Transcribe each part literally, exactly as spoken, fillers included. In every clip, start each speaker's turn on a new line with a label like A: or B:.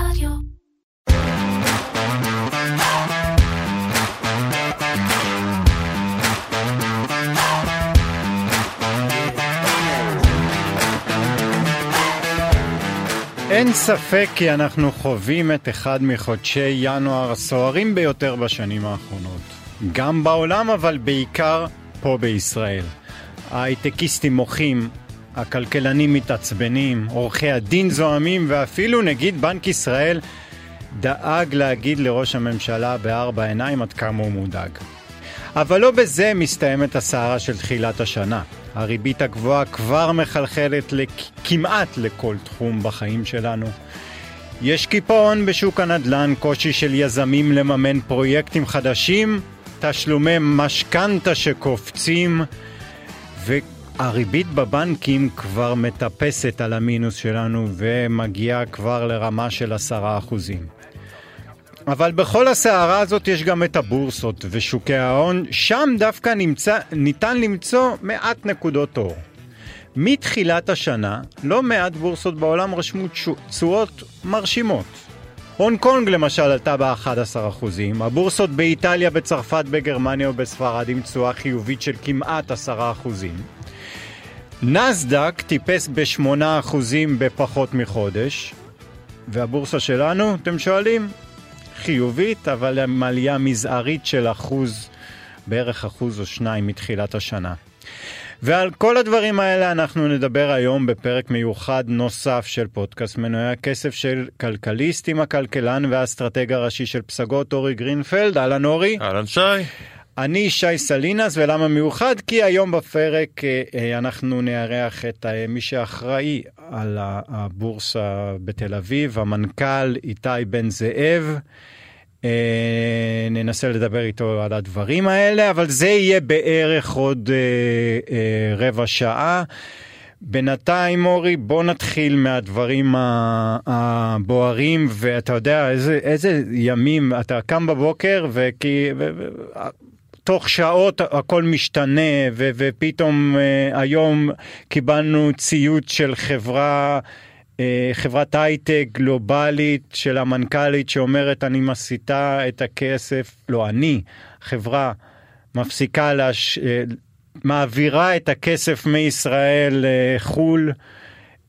A: רדיו.
B: אין ספק כי אנחנו חווים את אחד מחודשי ינואר הסוערים ביותר בשנים האחרונות. גם בעולם, אבל בעיקר פה בישראל. ההייטקיסטים מוחים, הכלכלנים מתעצבנים, עורכי הדין זוהמים, ואפילו נגיד בנק ישראל דאג להגיד לראש הממשלה בארבע עיניים עד כמה הוא מודאג. אבל לא בזה מסתיימת הסערה של תחילת השנה. הריבית הגבוהה כבר מחלחלת כמעט לכל תחום בחיים שלנו. יש קיפאון בשוק הנדל"ן, קושי של יזמים לממן פרויקטים חדשים, תשלומי משכנתה שקופצים, והריבית בבנקים כבר מטפסת על המינוס שלנו ומגיעה כבר לרמה של עשרה אחוזים. אבל בכל הסערה הזאת יש גם את הבורסות ושוקי ההון, שם דווקא נמצא, ניתן למצוא מעט נקודות אור. מתחילת השנה, לא מעט בורסות בעולם רשמו תשואות מרשימות. הונג קונג למשל עלתה ב-אחד עשר אחוזים, הבורסות באיטליה, בצרפת, בגרמניה ובספרד עם תשואה חיובית של כמעט עשרה אחוזים. נסדק טיפס ב-שמונה אחוזים בפחות מחודש, והבורסה שלנו, אתם שואלים? חיובית, אבל עם עלייה מזערית של אחוז, בערך אחוז או שניים מתחילת השנה. ועל כל הדברים האלה אנחנו נדבר היום בפרק מיוחד נוסף של פודקאסט מנועי הכסף של כלכליסט, עם הכלכלן והאסטרטג הראשי של פסגות, אורי גרינפלד. אהלן אורי.
C: אהלן שי.
B: אני שי סלינס, ולמה מיוחד? כי היום בפרק אנחנו נארח את מי שאחראי על הבורסה בתל אביב, המנכ"ל איתי בן זאב. ננסה לדבר איתו על הדברים האלה, אבל זה יהיה בערך עוד רבע שעה. בינתיים אורי, בוא נתחיל מהדברים הבוערים, ואתה יודע איזה, איזה ימים, אתה קם בבוקר וכי... תוך שעות הכל משתנה, ו- ופתאום uh, היום קיבלנו ציוץ של חברה, uh, חברת הייטק גלובלית של המנכ"לית שאומרת אני מסיטה את הכסף, לא אני, חברה מפסיקה, לש... uh, מעבירה את הכסף מישראל uh, חול, uh,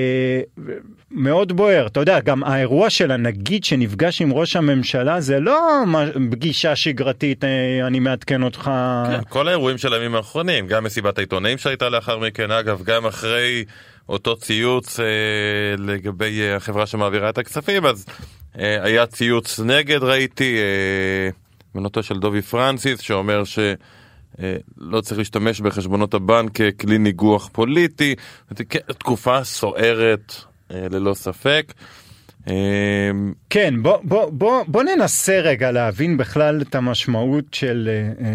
B: מאוד בוער. אתה יודע, גם האירוע של הנגיד שנפגש עם ראש הממשלה, זה לא פגישה שגרתית, אני מעדכן אותך.
C: כן, כל האירועים של הימים האחרונים, גם מסיבת העיתונאים שהייתה לאחר מכן, אגב, גם אחרי אותו ציוץ אה, לגבי החברה שמעבירה את הכספים, אז אה, היה ציוץ נגד, ראיתי, אה, מנותו של דובי פרנסיס, שאומר ש... לא צריך להשתמש בחשבונות הבנק ככלי ניגוח פוליטי. תקופה סוערת ללא ספק.
B: כן, בוא, בוא, בוא, בוא ננסה רגע להבין בכלל את המשמעות של...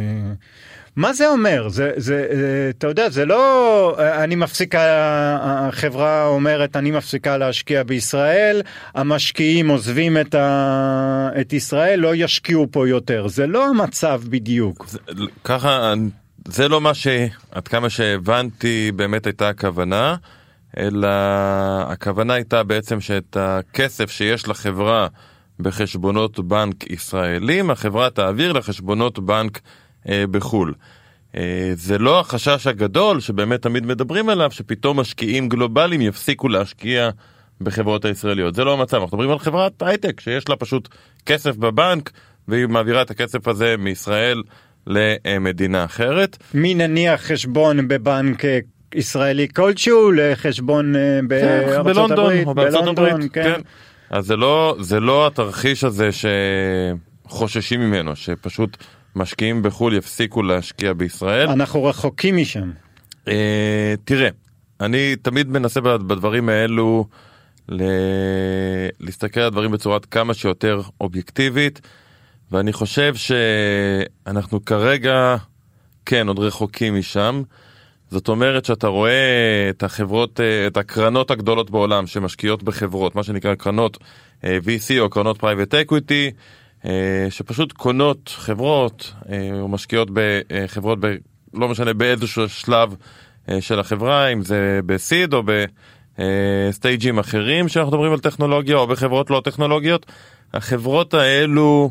B: מה זה אומר? זה, זה, אתה יודע, זה לא... אני מפסיקה, החברה אומרת, אני מפסיקה להשקיע בישראל, המשקיעים עוזבים את, ה, את ישראל, לא ישקיעו פה יותר. זה לא המצב בדיוק.
C: זה, ככה, זה לא מה ש... עד כמה שהבנתי באמת הייתה הכוונה, אלא הכוונה הייתה בעצם שאת הכסף שיש לחברה בחשבונות בנק ישראלים, החברה תעביר לחשבונות בנק בחול. זה לא החשש הגדול שבאמת תמיד מדברים עליו, שפתאום משקיעים גלובליים יפסיקו להשקיע בחברות הישראליות. זה לא המצב. אנחנו מדברים על חברת הייטק שיש לה פשוט כסף בבנק, והיא מעבירה את הכסף הזה מישראל למדינה אחרת.
B: מי נניח חשבון בבנק ישראלי כלשהו לחשבון בארצות הברית, בלונדון, כן.
C: אז זה לא, זה לא התרחיש הזה שחוששים ממנו, שפשוט משקיעים בחול יפסיקו להשקיע בישראל.
B: אנחנו רחוקים משם.
C: אה, תראה, אני תמיד מנסה בדברים האלו ל... להסתכל על הדברים בצורת כמה שיותר אובייקטיבית, ואני חושב שאנחנו כרגע, כן, עוד רחוקים משם. זאת אומרת שאתה רואה את החברות, את הקרנות הגדולות בעולם שמשקיעות בחברות, מה שנקרא קרנות וי סי או קרנות פרייבט אקוויטי, שפשוט קונות חברות או משקיעות בחברות, ב, לא משנה באיזשהו שלב של החברה, אם זה בסיד או סטייג'ים אחרים שאנחנו מדברים על טכנולוגיה או בחברות לא טכנולוגיות. החברות האלו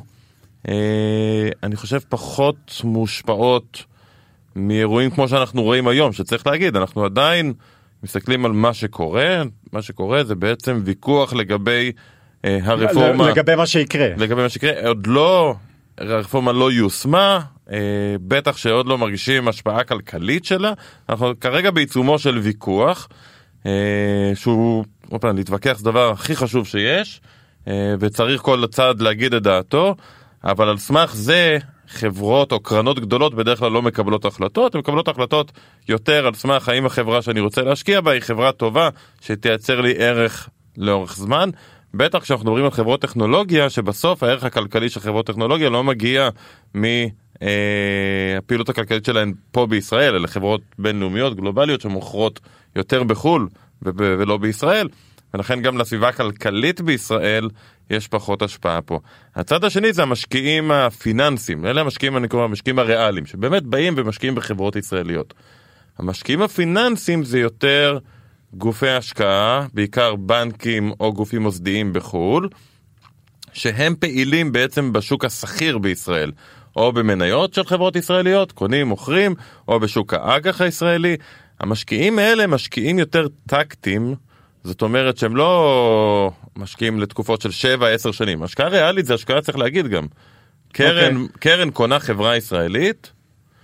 C: אני חושב פחות מושפעות מאירועים כמו שאנחנו רואים היום, שצריך להגיד, אנחנו עדיין מסתכלים על מה שקורה, מה שקורה זה בעצם ויכוח לגבי הרפורמה.
B: לגבי מה שיקרה.
C: לגבי מה שיקרה, עוד לא, הרפורמה לא יושמה, בטח שעוד לא מרגישים השפעה כלכלית שלה, אנחנו כרגע בעיצומו של ויכוח, שהוא, אופן, להתווכח זה דבר הכי חשוב שיש, וצריך כל הצד להגיד את דעתו, אבל על סמך זה, חברות או קרנות גדולות בדרך כלל לא מקבלות החלטות, הן מקבלות החלטות יותר על סמך האם החברה שאני רוצה להשקיע בה היא חברה טובה שתייצר לי ערך לאורך זמן, בטח כשאנחנו מדברים על חברות טכנולוגיה, שבסוף הערך הכלכלי של חברות טכנולוגיה לא מגיע מהפעילות הכלכלית שלהן פה בישראל, אלא חברות בינלאומיות, גלובליות, שמוכרות יותר בחול ולא בישראל, ולכן גם לסביבה הכלכלית בישראל יש פחות השפעה פה. הצד השני זה המשקיעים הפיננסיים, אלה המשקיעים, אני קורא, המשקיעים הריאליים, שבאמת באים ומשקיעים בחברות ישראליות. המשקיעים הפיננסיים זה יותר גופי השקעה, בעיקר בנקים או גופים מוסדיים בחול, שהם פעילים בעצם בשוק הסחיר בישראל, או במניות של חברות ישראליות, קונים, מוכרים, או בשוק האג"ח הישראלי. המשקיעים האלה משקיעים יותר טקטיים, זאת אומרת שהם לא משקיעים לתקופות של שבע, עשר שנים. השקעה ריאלית זה השקעה, צריך להגיד גם. קרן, okay. קרן קונה חברה ישראלית,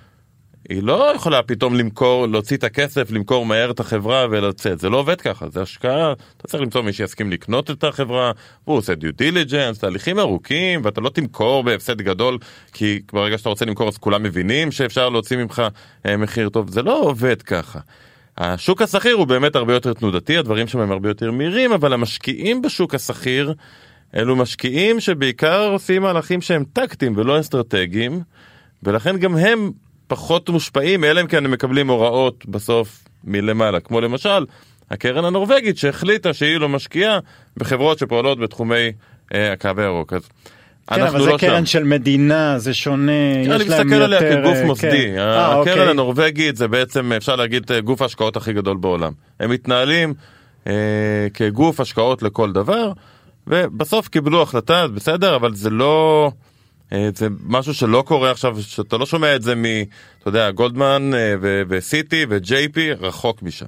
C: היא לא יכולה פתאום למכור, להוציא את הכסף, למכור מהר את החברה ולצאת. זה לא עובד ככה, זה השקעה. אתה צריך למצוא מי שיסכים לקנות את החברה, והוא עושה דיו דיליג'נס, תהליכים ארוכים, ואתה לא תמכור בהפסד גדול, כי ברגע שאתה רוצה למכור, אז כולם מבינים שאפשר להוציא ממך אה, מחיר טוב. זה לא עובד ככה. השוק הסחיר הוא באמת הרבה יותר תנודתי, הדברים שם הם הרבה יותר מהירים, אבל המשקיעים בשוק הסחיר, אלו משקיעים שבעיקר עושים מהלכים שהם טקטיים ולא אסטרטגיים, ולכן גם הם פחות מושפעים, אלא אם כן הם מקבלים הוראות בסוף מלמעלה, כמו למשל, הקרן הנורווגית שהחליטה שהיא לא משקיעה בחברות שפועלות בתחומי אה, הקו הירוק. אז
B: כן, אבל זה לא קרן שם. של מדינה, זה שונה, יש
C: אני
B: להם
C: מסתכל עליה
B: יותר...
C: כגוף מוסדי.
B: כן.
C: הקרן
B: 아, אוקיי.
C: הנורווגית זה בעצם, אפשר להגיד, גוף ההשקעות הכי גדול בעולם. הם מתנהלים אה, כגוף השקעות לכל דבר, ובסוף קיבלו החלטה, בסדר, אבל זה לא... אה, זה משהו שלא קורה עכשיו, שאתה לא שומע את זה מ... אתה יודע, גולדמן אה, ו- וסיטי וג'יי פי, רחוק משם.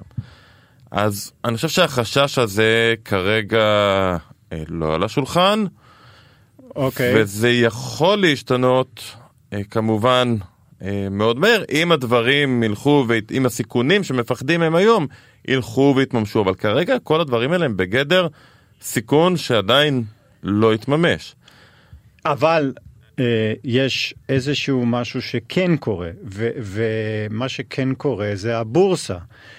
C: אז אני חושב שהחשש הזה כרגע אה, לא על השולחן,
B: אוקיי.
C: וזה יכול להשתנות אה, כמובן אה, מאוד מהר, אם הדברים ילכו, ואם הסיכונים שמפחדים הם היום, ילכו והתממשו, אבל כרגע כל הדברים האלה הם בגדר סיכון שעדיין לא יתממש.
B: אבל אה, יש איזשהו משהו שכן קורה, ו- ומה שכן קורה זה הבורסה.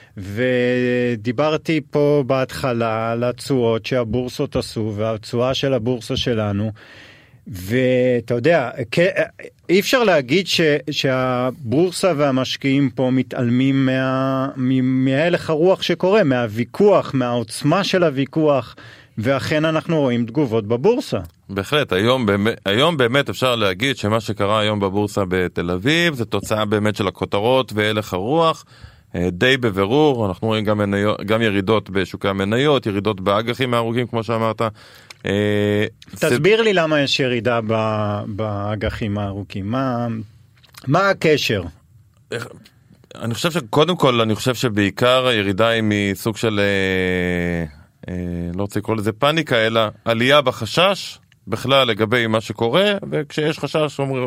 B: ודיברתי פה בהתחלה על התשואות שהבורסות עשו והתשואה של הבורסה שלנו, ואתה יודע, אי אפשר להגיד ש, שהבורסה והמשקיעים פה מתעלמים מה, מההלך הרוח שקורה, מהוויכוח, מהעוצמה של הוויכוח, ואכן אנחנו רואים תגובות בבורסה.
C: בהחלט, היום באמת, היום באמת אפשר להגיד שמה שקרה היום בבורסה בתל אביב זה תוצאה באמת של הכותרות והלך הרוח, די בבירור, אנחנו רואים גם, מניות, גם ירידות בשוקי המניות, ירידות באג"חים הארוכים כמו שאמרת.
B: תסביר זה... לי למה יש ירידה באג"חים הארוכים, מה, מה הקשר?
C: אני חושב שקודם כל, אני חושב שבעיקר הירידה היא מסוג של, לא רוצה לקרוא לזה פאניקה, אלא עלייה בחשש, בכלל לגבי מה שקורה, וכשיש חשש, אומר,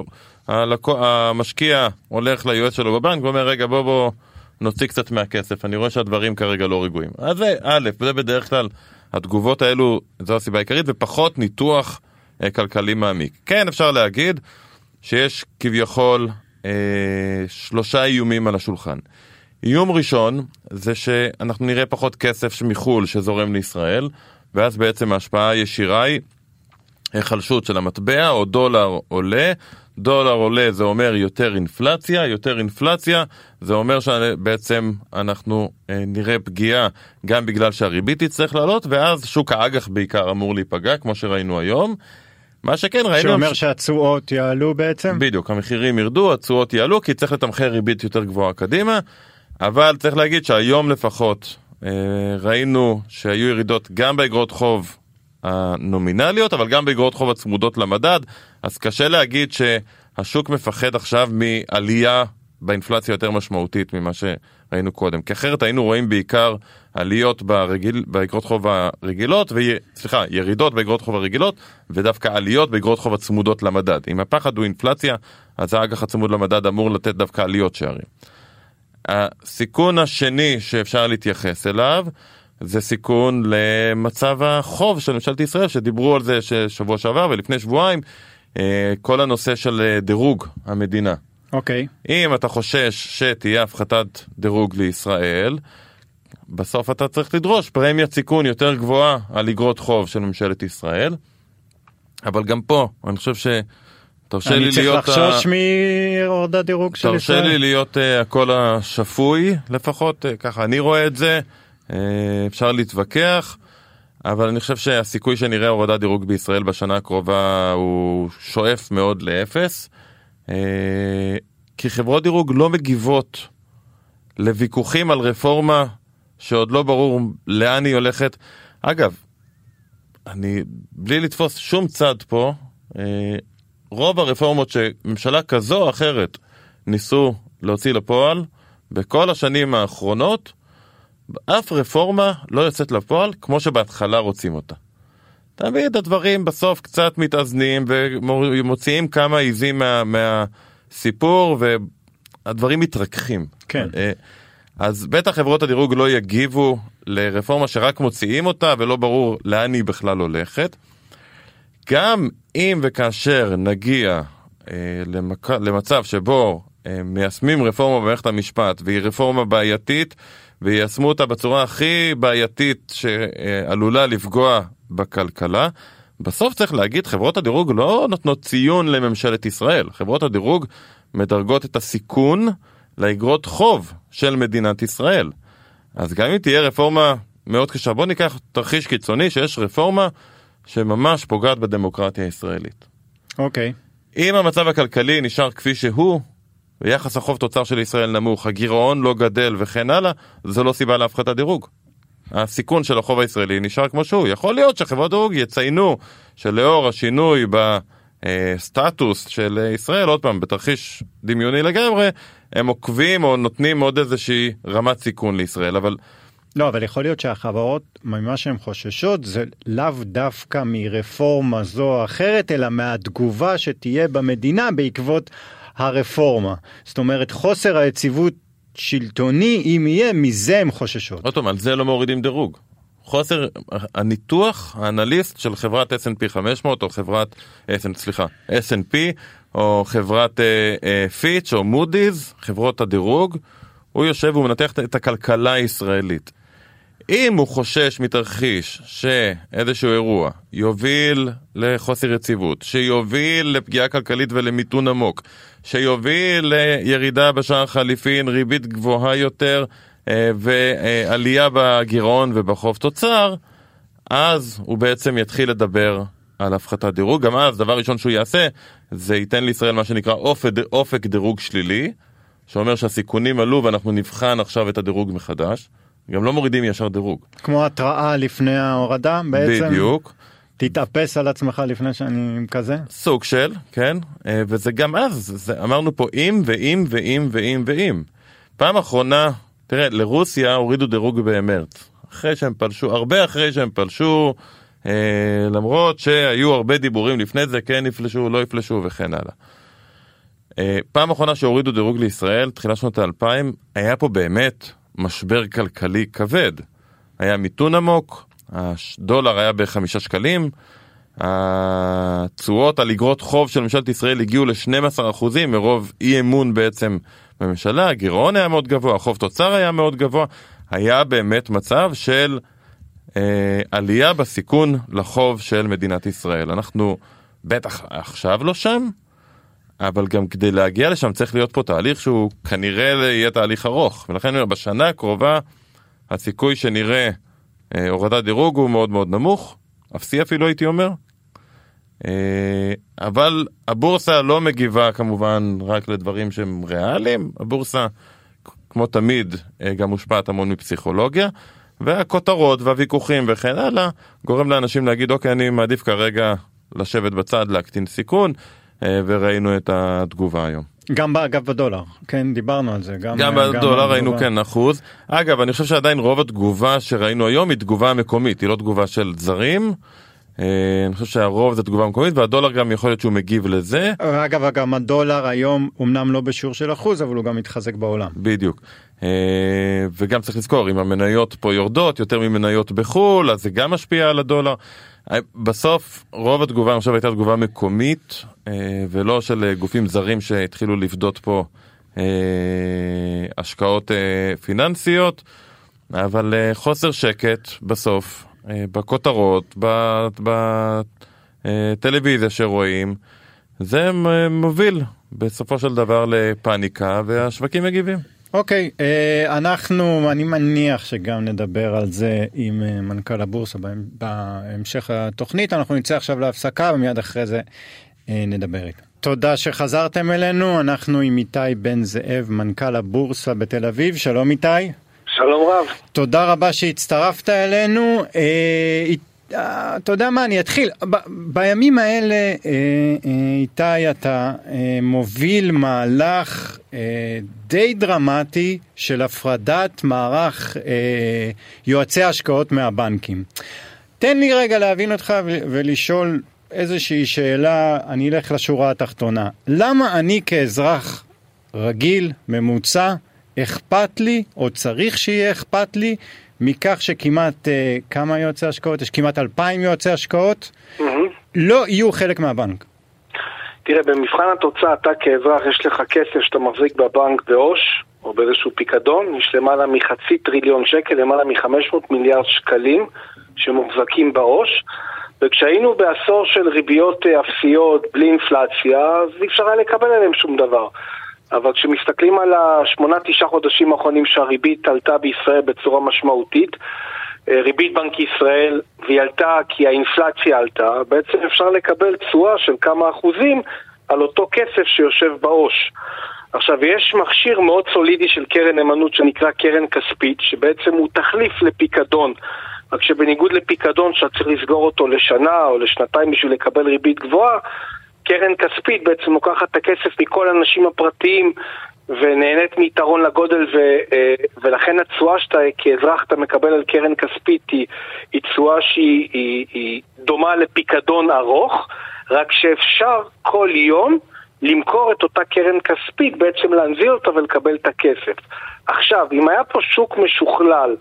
C: המשקיע הולך ליועץ שלו בבנק, ואומר, רגע, בוא בוא, נוציא קצת מהכסף, אני רואה שהדברים כרגע לא רגועים. אז זה א', זה בדרך כלל, התגובות האלו, זו הסיבה העיקרית, ופחות ניתוח אה, כלכלי מעמיק. כן, אפשר להגיד שיש כביכול אה, שלושה איומים על השולחן. איום ראשון, זה שאנחנו נראה פחות כסף מחול שזורם לישראל, ואז בעצם ההשפעה הישירה היא החלשות של המטבע, או דולר עולה, דולר עולה זה אומר יותר אינפלציה, יותר אינפלציה זה אומר שבעצם אנחנו נראה פגיעה גם בגלל שהריבית תצטרך לעלות, ואז שוק האג"ח בעיקר אמור להיפגע כמו שראינו היום. מה שכן ראינו...
B: שאומר ש... שהתשואות יעלו בעצם?
C: בדיוק, המחירים ירדו, התשואות יעלו, כי צריך לתמחר ריבית יותר גבוהה קדימה, אבל צריך להגיד שהיום לפחות ראינו שהיו ירידות גם באגרות חוב הנומינליות, אבל גם באגרות חוב הצמודות למדד, אז קשה להגיד שהשוק מפחד עכשיו מעלייה באינפלציה יותר משמעותית ממה שראינו קודם, כי אחרת היינו רואים בעיקר עליות ברגיל, באגרות חוב הרגילות, ו... סליחה, ירידות באגרות חוב הרגילות, ודווקא עליות באגרות חוב הצמודות למדד. אם הפחד הוא אינפלציה, אז האג"ח הצמוד למדד אמור לתת דווקא עליות שערים. הסיכון השני שאפשר להתייחס אליו, זה סיכון למצב החוב של ממשלת ישראל, שדיברו על זה שבוע שעבר ולפני שבועיים, כל הנושא של דירוג המדינה.
B: אוקיי. Okay.
C: אם אתה חושש שתהיה הפחתת דירוג לישראל, בסוף אתה צריך לדרוש פרמיית סיכון יותר גבוהה על אגרות חוב של ממשלת ישראל. אבל גם פה, אני חושב ש... תרשה לי להיות...
B: אני צריך לחשוש מהורדת דירוג של ישראל.
C: תרשה לי להיות הקול השפוי, לפחות ככה אני רואה את זה. אפשר להתווכח, אבל אני חושב שהסיכוי שנראה הורדת דירוג בישראל בשנה הקרובה הוא שואף מאוד לאפס. כי חברות דירוג לא מגיבות לוויכוחים על רפורמה שעוד לא ברור לאן היא הולכת. אגב, אני בלי לתפוס שום צד פה, רוב הרפורמות שממשלה כזו או אחרת ניסו להוציא לפועל בכל השנים האחרונות, אף רפורמה לא יוצאת לפועל כמו שבהתחלה רוצים אותה. תמיד הדברים בסוף קצת מתאזנים ומוציאים כמה עיזים מה, מהסיפור והדברים מתרככים.
B: כן.
C: אז בטח חברות הדירוג לא יגיבו לרפורמה שרק מוציאים אותה ולא ברור לאן היא בכלל הולכת. גם אם וכאשר נגיע אה, למק... למצב שבו אה, מיישמים רפורמה במערכת המשפט והיא רפורמה בעייתית ויישמו אותה בצורה הכי בעייתית שעלולה לפגוע בכלכלה, בסוף צריך להגיד, חברות הדירוג לא נותנות ציון לממשלת ישראל. חברות הדירוג מדרגות את הסיכון לאגרות חוב של מדינת ישראל. אז גם אם תהיה רפורמה מאוד קשה, בוא ניקח תרחיש קיצוני שיש רפורמה שממש פוגעת בדמוקרטיה הישראלית.
B: אוקיי.
C: אם המצב הכלכלי נשאר כפי שהוא, ויחס החוב תוצר של ישראל נמוך, הגירעון לא גדל וכן הלאה, זו לא סיבה להפחתת הדירוג. הסיכון של החוב הישראלי נשאר כמו שהוא. יכול להיות שחברות דירוג יציינו שלאור השינוי בסטטוס של ישראל, עוד פעם, בתרחיש דמיוני לגמרי, הם עוקבים או נותנים עוד איזושהי רמת סיכון לישראל, אבל...
B: לא, אבל יכול להיות שהחברות, ממה שהן חוששות, זה לאו דווקא מרפורמה זו או אחרת, אלא מהתגובה שתהיה במדינה בעקבות הרפורמה. זאת אומרת, חוסר היציבות שלטוני, אם יהיה, מזה הם חוששות.
C: עוד פעם, על זה לא מורידים דירוג. חוסר, הניתוח, האנליסט של חברת אס אנד פי חמש מאות, או חברת, סליחה, אס אנד פי, או חברת פיץ' או מודי'ס, חברות הדירוג, הוא יושב ומנתח את הכלכלה הישראלית. אם הוא חושש מתרחיש שאיזשהו אירוע יוביל לחוסר יציבות, שיוביל לפגיעה כלכלית ולמיתון עמוק, שיוביל לירידה בשער חליפין, ריבית גבוהה יותר ועלייה בגירעון ובחוב תוצר, אז הוא בעצם יתחיל לדבר על הפחתת דירוג. גם אז, דבר ראשון שהוא יעשה, זה ייתן לישראל מה שנקרא אופק, אופק דירוג שלילי, שאומר שהסיכונים עלו ואנחנו נבחן עכשיו את הדירוג מחדש. גם לא מורידים ישר דירוג.
B: כמו התראה לפני ההורדה בעצם?
C: בדיוק.
B: תתאפס על עצמך לפני שאני כזה?
C: סוג של, כן. וזה גם אז, זה, אמרנו פה אם ואם ואם ואם ואם. פעם אחרונה, תראה, לרוסיה הורידו דירוג במרץ. אחרי שהם פלשו, הרבה אחרי שהם פלשו, אה, למרות שהיו הרבה דיבורים לפני זה, כן יפלשו, לא יפלשו וכן הלאה. אה, פעם אחרונה שהורידו דירוג לישראל, תחילה שנות האלפיים, היה פה באמת משבר כלכלי כבד. היה מיתון עמוק, הדולר היה בחמישה שקלים, התשואות על אגרות חוב של ממשלת ישראל הגיעו ל-שנים עשר אחוזים מרוב אי אמון בעצם בממשלה, הגירעון היה מאוד גבוה, החוב תוצר היה מאוד גבוה, היה באמת מצב של אה, עלייה בסיכון לחוב של מדינת ישראל. אנחנו בטח עכשיו לא שם, אבל גם כדי להגיע לשם צריך להיות פה תהליך שהוא כנראה יהיה תהליך ארוך, ולכן בשנה הקרובה הסיכוי שנראה אה, הורדת דירוג הוא מאוד מאוד נמוך, אפסי אפילו הייתי אומר, אה, אבל הבורסה לא מגיבה כמובן רק לדברים שהם ריאליים, הבורסה כמו תמיד אה, גם מושפעת המון מפסיכולוגיה, והכותרות והוויכוחים וכן הלאה, גורם לאנשים להגיד, אוקיי, אני מעדיף כרגע לשבת בצד, להקטין סיכון, וראינו את התגובה היום.
B: גם אגב בדולר, כן, דיברנו על זה. גם,
C: גם בדולר גם ראינו כן אחוז. אגב, אני חושב שעדיין רוב התגובה שראינו היום היא תגובה מקומית, היא לא תגובה של זרים. אני חושב שהרוב זה תגובה מקומית, והדולר גם יכול להיות שהוא מגיב לזה.
B: אגב, גם הדולר היום אומנם לא בשיעור של אחוז, אבל הוא גם מתחזק בעולם.
C: בדיוק. וגם צריך לזכור, אם המניות פה יורדות יותר ממניות בחול, אז זה גם משפיע על הדולר. בסוף רוב התגובה, אני חושב, הייתה תגובה מקומית, ולא של גופים זרים שהתחילו לפדות פה השקעות פיננסיות, אבל חוסר שקט בסוף, בכותרות, בטלוויזיה שרואים, זה מוביל בסופו של דבר לפאניקה, והשווקים מגיבים.
B: אוקיי, אנחנו, אני מניח שגם נדבר על זה עם מנכ"ל הבורסה בהמשך התוכנית. אנחנו נצא עכשיו להפסקה ומיד אחרי זה נדבר איתו. תודה שחזרתם אלינו, אנחנו עם איתי בן זאב, מנכ"ל הבורסה בתל אביב. שלום איתי.
A: שלום רב.
B: תודה רבה שהצטרפת אלינו. אתה יודע מה, אני אתחיל. בימים האלה, איתי, אתה מוביל מהלך די דרמטי של הפרדת מערך יועצי השקעות מהבנקים. תן לי רגע להבין אותך ולשאול איזושהי שאלה, אני אלך לשורה התחתונה. למה אני כאזרח רגיל, ממוצע, אכפת לי, או צריך שיהיה אכפת לי, מכך שכמעט, אה, כמה יועצי השקעות? יש כמעט אלפיים יועצי השקעות, mm-hmm. לא יהיו חלק מהבנק.
A: תראה, במבחן התוצאה, אתה כאזרח, יש לך כסף שאתה מחזיק בבנק בעו"ש, או באיזשהו פיקדון, יש למעלה מחצי טריליון שקל, למעלה מ-חמש מאות מיליארד שקלים, שמוחזקים בעו"ש, וכשהיינו בעשור של ריביות אפסיות, בלי אינפלציה, אז אי אפשר היה לקבל עליהם שום דבר. אבל כשמסתכלים על השמונה, תשעה חודשים האחרונים שהריבית עלתה בישראל בצורה משמעותית, ריבית בנק ישראל, והיא עלתה כי האינפלציה עלתה, בעצם אפשר לקבל תשואה של כמה אחוזים על אותו כסף שיושב בעו"ש. עכשיו, יש מכשיר מאוד סולידי של קרן נאמנות שנקרא קרן כספית, שבעצם הוא תחליף לפיקדון, רק שבניגוד לפיקדון שאתה צריך לסגור אותו לשנה או לשנתיים בשביל לקבל ריבית גבוהה, קרן כספית בעצם לוקחת את הכסף מכל האנשים הפרטיים ונהנית מיתרון לגודל, ו, ולכן התשואה שאתה כאזרח אתה מקבל על קרן כספית היא, היא תשואה שהיא היא, היא דומה לפיקדון ארוך, רק שאפשר כל יום למכור את אותה קרן כספית, בעצם להנזיל אותה ולקבל את הכסף. עכשיו, אם היה פה שוק משוכלל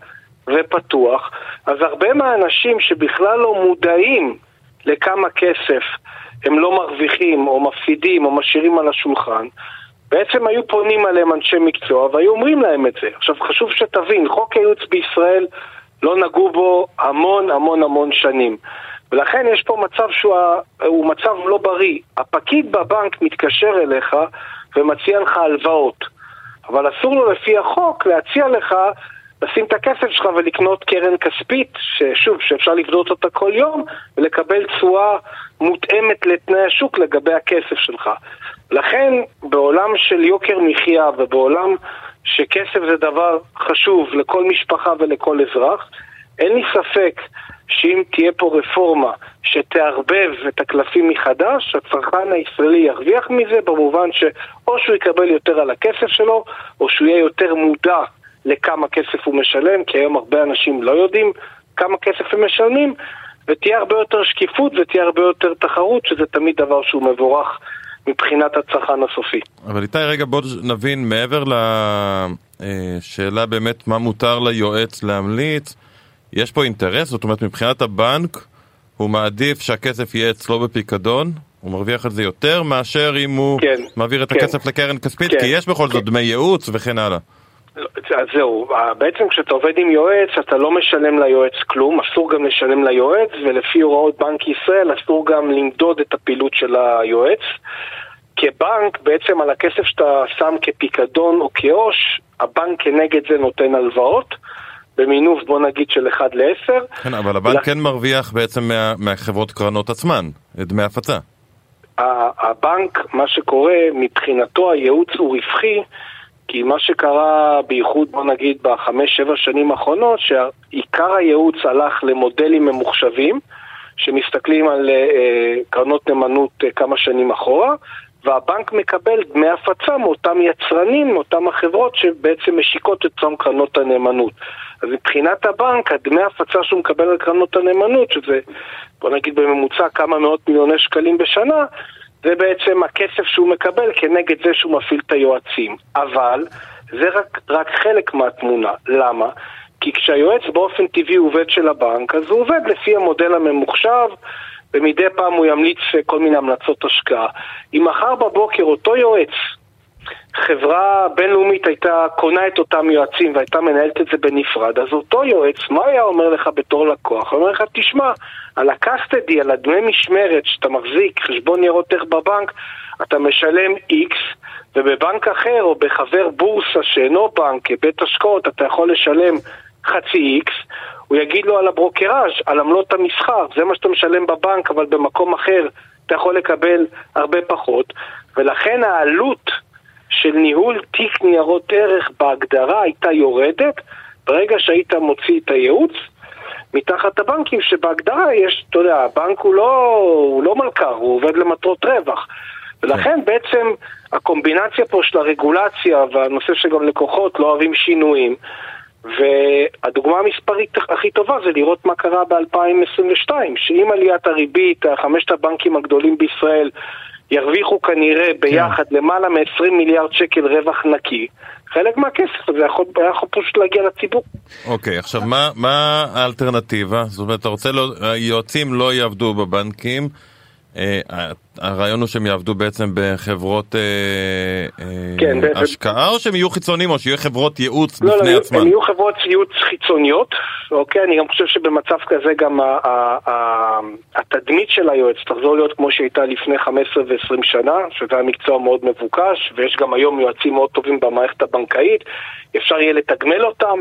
A: ופתוח, אז הרבה מהאנשים שבכלל לא מודעים לכמה כסף הם לא מרוויחים או מפסידים או משאירים על השולחן, בעצם היו פונים עליהם אנשי מקצוע והיו אומרים להם את זה. עכשיו חשוב שתבין, חוק הייעוץ בישראל לא נגעו בו המון המון המון שנים, ולכן יש פה מצב שהוא מצב לא בריא. הפקיד בבנק מתקשר אליך ומציע לך הלוואות, אבל אסור לו לפי החוק להציע לך לשים את הכסף שלך ולקנות קרן כספית, ששוב, שאפשר לבדות אותה כל יום, ולקבל תשואה מותאמת לתנאי השוק לגבי הכסף שלך. לכן, בעולם של יוקר מחיה, ובעולם שכסף זה דבר חשוב לכל משפחה ולכל אזרח, אין לי ספק שאם תהיה פה רפורמה שתערבב את הקלפים מחדש, הצרכן הישראלי ירוויח מזה, במובן שאו שהוא יקבל יותר על הכסף שלו, או שהוא יהיה יותר מודע לכמה כסף הוא משלם, כי היום הרבה אנשים לא יודעים כמה כסף הם משלמים, ותהיה הרבה יותר שקיפות ותהיה הרבה יותר תחרות, שזה תמיד דבר שהוא מבורך מבחינת הצרכן הסופי.
C: אבל איתי, רגע בוא נבין, מעבר לשאלה באמת מה מותר ליועץ להמליץ, יש פה אינטרס, זאת אומרת מבחינת הבנק, הוא מעדיף שהכסף יהיה אצלו בפיקדון, הוא מרוויח על זה יותר מאשר אם הוא כן, מעביר את כן, הכסף לקרן כספית, כן, כי יש בכל זאת כן. דמי ייעוץ וכן הלאה.
A: אז זהו, בעצם כשאתה עובד עם יועץ אתה לא משלם ליועץ כלום, אסור גם לשלם ליועץ, ולפי הוראות בנק ישראל אסור גם למדוד את הפעילות של היועץ. כבנק בעצם על הכסף שאתה שם כפיקדון או כעו"ש, הבנק כנגד זה נותן הלוואות במינוף בוא נגיד של אחד לעשר.
C: כן, אבל הבנק לכ... כן מרוויח בעצם מה, מהחברות קרנות עצמן, את דמי הפצה.
A: הבנק, מה שקורה מבחינתו הייעוץ הוא רווחי, כי מה שקרה בייחוד, בוא נגיד, בחמש, שבע שנים האחרונות, שעיקר הייעוץ הלך למודלים ממוחשבים, שמסתכלים על אה, קרנות נאמנות אה, כמה שנים אחורה, והבנק מקבל דמי הפצה מאותם יצרנים, מאותם החברות שבעצם משיקות את צום קרנות הנאמנות. אז מבחינת הבנק, הדמי הפצה שהוא מקבל על קרנות הנאמנות, שזה, בוא נגיד בממוצע כמה מאות מיליוני שקלים בשנה, זה בעצם הכסף שהוא מקבל כנגד זה שהוא מפעיל את היועצים. אבל זה רק, רק חלק מהתמונה. למה? כי כשהיועץ באופן טבעי עובד של הבנק, אז הוא עובד לפי המודל הממוחשב, ומדי פעם הוא ימליץ כל מיני המלצות השקעה. אם מחר בבוקר אותו יועץ, חברה בינלאומית הייתה קונה את אותם יועצים והייתה מנהלת את זה בנפרד, אז אותו יועץ, מה היה אומר לך בתור לקוח? הוא אומר לך, תשמע, על הקסטדי, על הדמי משמרת שאתה מחזיק, חשבון ניירות ערך בבנק, אתה משלם X, ובבנק אחר או בחבר בורסה שאינו בנק, בית השקעות, אתה יכול לשלם חצי X, הוא יגיד לו על הברוקראז', על עמלות המסחר, זה מה שאתה משלם בבנק, אבל במקום אחר אתה יכול לקבל הרבה פחות, ולכן העלות של ניהול תיק ניירות ערך בהגדרה הייתה יורדת, ברגע שהיית מוציא את הייעוץ, מתחת הבנקים שבהגדרה יש, אתה יודע, הבנק הוא לא, הוא לא מלכר, הוא עובד למטרות רווח. ולכן בעצם הקומבינציה פה של הרגולציה והנושא שגם לקוחות לא אוהבים שינויים, והדוגמה המספרית הכי טובה זה לראות מה קרה ב-אלפיים עשרים ושתיים, שעם עליית הריבית, חמשת הבנקים הגדולים בישראל ירוויחו כנראה ביחד כן. למעלה מ-עשרים מיליארד שקל רווח נקי. חלק מהכסף הזה יכול, יכול פשוט להגיע לציבור.
C: אוקיי, עכשיו מה, מה האלטרנטיבה? זאת אומרת, אתה רוצה, לא, היועצים לא יעבדו בבנקים, אה, הרעיון הוא שהם יעבדו בעצם בחברות אה, כן, אה, השקעה, או שהם יהיו חיצוניים, או שיהיו חברות ייעוץ
A: לא,
C: בפני
A: לא,
C: עצמן?
A: הם יהיו חברות ייעוץ חיצוניות, אוקיי? אני גם חושב שבמצב כזה גם ה- ה- ה- התדמית של היועץ תחזור להיות כמו שהייתה לפני חמש עשרה ו-עשרים שנה, שזה המקצוע מאוד מבוקש, ויש גם היום יועצים מאוד טובים במערכת הבנקאית, אפשר יהיה לתגמל אותם,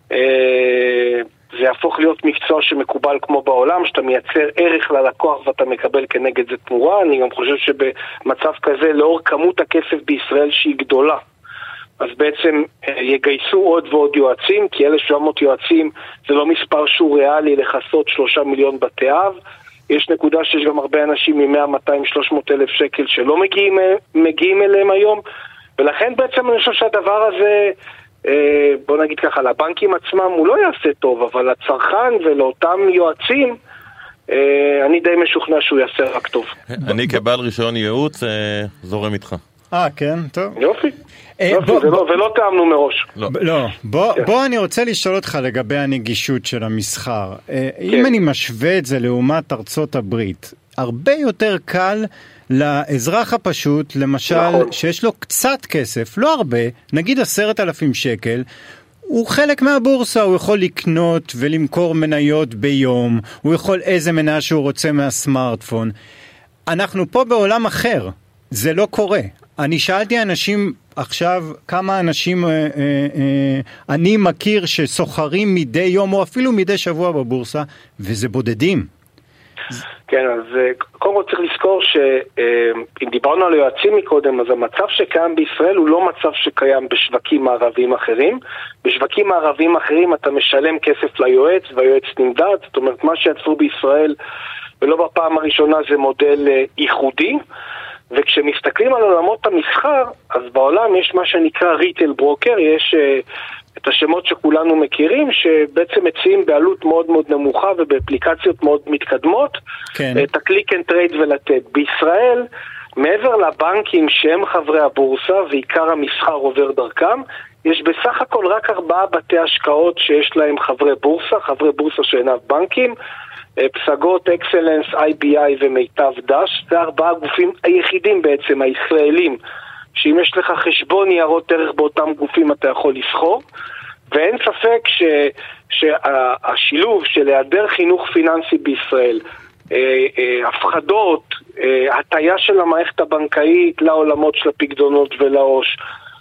A: אה, זה יהפוך להיות מקצוע שמקובל כמו בעולם, שאתה מייצר ערך ללקוח ואתה מקבל כנגד זה תמורה. אני גם חושב שבמצב כזה, לאור כמות הכסף בישראל שהיא גדולה, אז בעצם יגייסו עוד ועוד יועצים, כי אלף שבע מאות יועצים זה לא מספר שהוא ריאלי לחסות שלושה מיליון בתי אב. יש נקודה שיש גם הרבה אנשים מ-מאה, מאתיים, שלוש מאות אלף שקל שלא מגיעים, מגיעים אליהם היום, ולכן בעצם אני חושב שהדבר הזה, בוא נגיד ככה, לבנקים עצמם הוא לא יעשה טוב, אבל לצרכן ולאותם יועצים, אני די משוכנע שהוא יעשה רק טוב.
C: אני כבעל רישיון ייעוץ זורם איתך.
B: אה, כן, טוב.
A: יופי. יופי, ולא טעמנו מראש.
B: לא, בוא אני רוצה לשאול אותך לגבי הנגישות של המסחר. אם אני משווה את זה לעומת ארצות הברית, הרבה יותר קל לאזרח הפשוט, למשל, נכון. שיש לו קצת כסף, לא הרבה, נגיד עשרת אלפים שקל, הוא חלק מהבורסה, הוא יכול לקנות ולמכור מניות ביום, הוא יכול איזה מניה שהוא רוצה מהסמארטפון. אנחנו פה בעולם אחר, זה לא קורה. אני שאלתי אנשים עכשיו, כמה אנשים אה, אה, אה, אני מכיר שסוחרים מדי יום או אפילו מדי שבוע בבורסה, וזה בודדים.
A: כן, אז קודם כל צריך לזכור שאם דיברנו על יועצים מקודם, אז המצב שקיים בישראל הוא לא מצב שקיים בשווקים מערביים אחרים. בשווקים מערביים אחרים אתה משלם כסף ליועץ והיועץ נמדד, זאת אומרת מה שיצרו בישראל ולא בפעם הראשונה זה מודל ייחודי, וכשמסתכלים על עולמות המסחר, אז בעולם יש מה שנקרא ריטייל ברוקר, יש את השמות שכולנו מכירים, שבעצם מציעים בעלות מאוד מאוד נמוכה ובאפליקציות מאוד מתקדמות, כן. את הקליק אנד טרייד ולתת. בישראל, מעבר לבנקים שהם חברי הבורסה ועיקר המסחר עובר דרכם, יש בסך הכל רק ארבעה בתי השקעות שיש להם חברי בורסה, חברי בורסה שאינם בנקים, פסגות, אקסלנס, איי בי איי ומיטב דש, זה ארבעה גופים היחידים בעצם, הישראלים, שאם יש לך חשבון ניירות ערך באותם גופים אתה יכול לסחור, ואין ספק ש, שהשילוב של היעדר חינוך פיננסי בישראל, הפחדות, הטיה של המערכת הבנקאית לעולמות של הפקדונות ולעוש,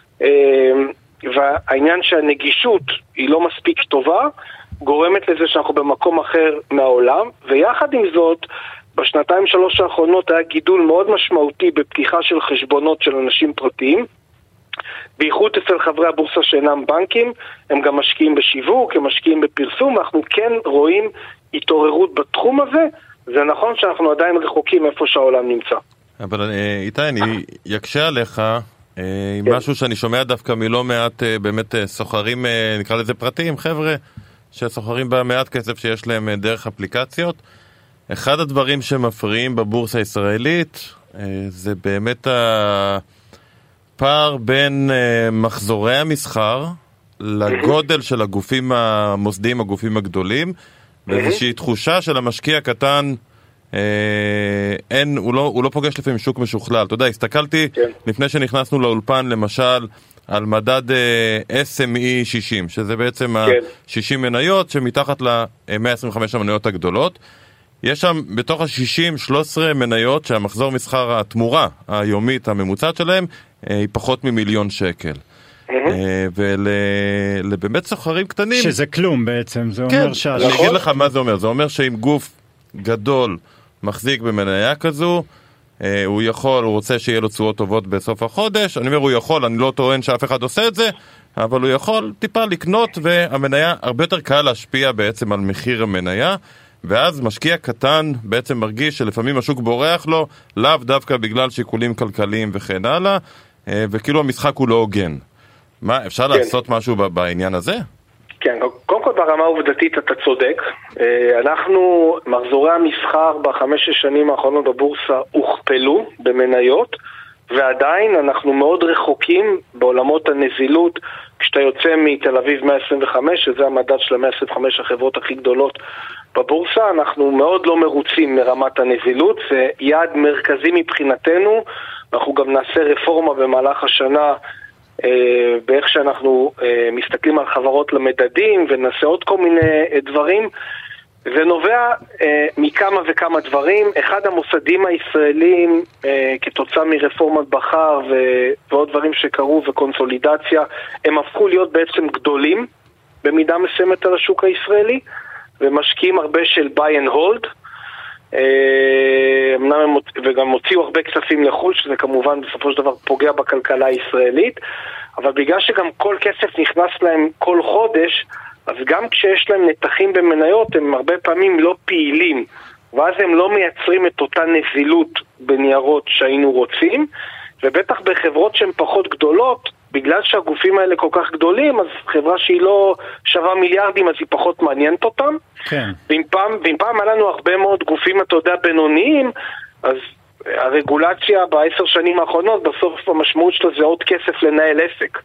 A: והעניין שהנגישות היא לא מספיק טובה, גורמת לזה שאנחנו במקום אחר מהעולם, ויחד עם זאת, בשנתיים שלוש האחרונות היה גידול מאוד משמעותי בפתיחה של חשבונות של אנשים פרטיים, בייחוד אצל חברי הבורסה שאינם בנקים, הם גם משקיעים בשיווק, הם משקיעים בפרסום, ואנחנו כן רואים התעוררות בתחום הזה. זה נכון שאנחנו עדיין רחוקים איפה שהעולם נמצא.
C: אבל איתי, אני יקשה עליך עם משהו שאני שומע דווקא מלא מעט באמת סוחרים, נקרא לזה פרטיים, חבר'ה שסוחרים במעט כסף שיש להם דרך אפליקציות. אחד הדברים שמפריעים בבורסה הישראלית זה באמת הפער בין מחזורי המסחר לגודל של הגופים המוסדיים, הגופים הגדולים, ואיזושהי תחושה של המשקיע הקטן, אין, הוא לא, הוא לא פוגש לפעמים שוק משוכלל. אתה יודע, הסתכלתי לפני שנכנסנו לאולפן למשל על מדד אס אם אי שישים, שזה בעצם ה-שישים מניות שמתחת ל-מאה עשרים וחמש המניות הגדולות. יש שם בתוך ה-שישים שלוש עשרה מניות שהמחזור מסחר התמורה היומית הממוצעת שלהם היא פחות ממיליון שקל. ולבאמת סוחרים קטנים
B: שזה כלום בעצם, זה אומר ש...
C: אני אגיד לך מה זה אומר, זה אומר שאם גוף גדול מחזיק במניה כזו, הוא יכול, הוא רוצה שיהיה לו תשואות טובות בסוף החודש, אני אומר הוא יכול, אני לא טוען שאף אחד עושה את זה, אבל הוא יכול טיפה לקנות, והמניה הרבה יותר קל להשפיע בעצם על מחיר המניה, ואז משקיע קטן בעצם מרגיש שלפעמים השוק בורח לו, לאו דווקא בגלל שיקולים כלכליים וכן הלאה, וכאילו המשחק הוא לא הוגן. מה, אפשר כן. לעשות משהו בעניין הזה?
A: כן, קודם כל ברמה העובדתית אתה צודק. אנחנו, מחזורי המסחר בחמש השנים האחרונות בבורסה הוכפלו במניות, ועדיין אנחנו מאוד רחוקים בעולמות הנזילות. כשאתה יוצא מתל אביב מאה עשרים וחמש, שזה המדד של מאה עשרים וחמש החברות הכי גדולות בבורסה, אנחנו מאוד לא מרוצים מרמת הנזילות, זה יעד מרכזי מבחינתנו. אנחנו גם נעשה רפורמה במהלך השנה באיך שאנחנו מסתכלים על חברות למדדים, ונעשה עוד כל מיני דברים. זה נובע מכמה וכמה דברים. אחד, המוסדים הישראלים כתוצאה מרפורמת בכר ועוד דברים שקרו וקונסולידציה, הם הפכו להיות בעצם גדולים במידה מסוימת על השוק הישראלי, ומשקיעים הרבה של buy and hold, וגם הוציאו הרבה כספים לחו"ל, שזה כמובן בסופו של דבר פוגע בכלכלה הישראלית, אבל בגלל שגם כל כסף נכנס להם כל חודש, אז גם כשיש להם נתחים במניות הם הרבה פעמים לא פעילים, ואז הם לא מייצרים את אותה נזילות בניירות שהיינו רוצים, ובטח בחברות שהן פחות גדולות, בגלל שהגופים האלה כל כך גדולים, אז חברה שהיא לא שווה מיליארדים, אז היא פחות מעניינת אותם.
B: כן.
A: ואם פעם, ואם פעם היה לנו הרבה מאוד גופים, אתה יודע, בינוניים, אז הרגולציה בעשר שנים האחרונות, בסוף המשמעות שלו זה עוד כסף לנהל עסק.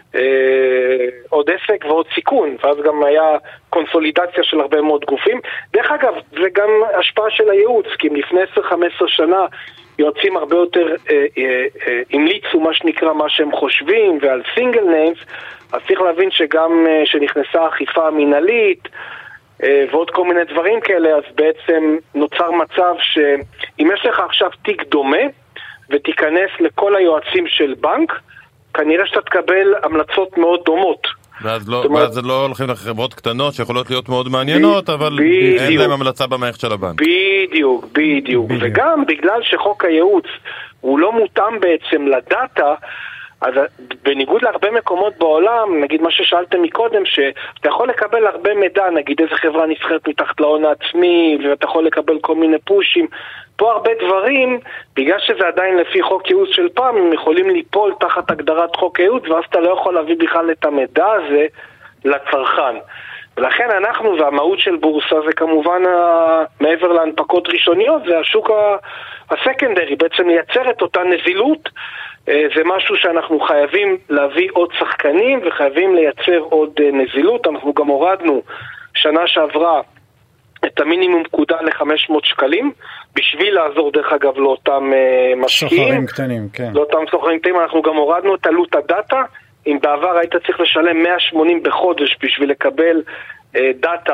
A: אה, עוד עסק ועוד סיכון, ואז גם היה קונסולידציה של הרבה מאוד גופים. דרך אגב, זה גם השפעה של הייעוץ, כי לפני עשר חמש עשרה שנה, יועצים הרבה יותר אה, אה, אה, המליצו מה שנקרא מה שהם חושבים, ועל סינגל ניימס, אז צריך להבין שגם אה, שנכנסה אכיפה מנהלית, אה, ועוד כל מיני דברים כאלה, אז בעצם נוצר מצב שאם יש לך עכשיו תיק דומה, ותיכנס לכל היועצים של בנק, כנראה שאתה תקבל המלצות מאוד דומות.
C: ואז לא, ואז לא הולכים לחברות קטנות שיכולות להיות מאוד מעניינות, אבל אין להם המלצה במערכת של הבנק.
A: בדיוק, בדיוק. וגם בגלל שחוק הייעוץ הוא לא מותאם בעצם לדאטה, אז בניגוד להרבה מקומות בעולם, נגיד מה ששאלתם מקודם, שאתה יכול לקבל הרבה מידע, נגיד איזה חברה נסחרת מתחת להון העצמי, ואתה יכול לקבל כל מיני פושים, פה הרבה דברים, בגלל שזה עדיין לפי חוק ייעוץ של פעם, הם יכולים ליפול תחת הגדרת חוק ייעוץ, ואז אתה לא יכול להביא בכלל את המידע הזה לצרכן. ולכן אנחנו, והמהות של בורסה זה כמובן מעבר להנפקות ראשוניות, זה השוק הסקנדרי, בעצם לייצר את אותה נזילות, זה משהו שאנחנו חייבים להביא עוד שחקנים, וחייבים לייצר עוד נזילות. אנחנו גם הורדנו שנה שעברה את המינימום פקודה ל-חמש מאות שקלים, בשביל לעזור דרך אגב לאותם משקיעים.
B: סוחרים קטנים, כן.
A: לאותם סוחרים קטנים, אנחנו גם הורדנו את עלות הדאטה. אם בעבר היית צריך לשלם מאה ושמונים בחודש בשביל לקבל אה, דאטה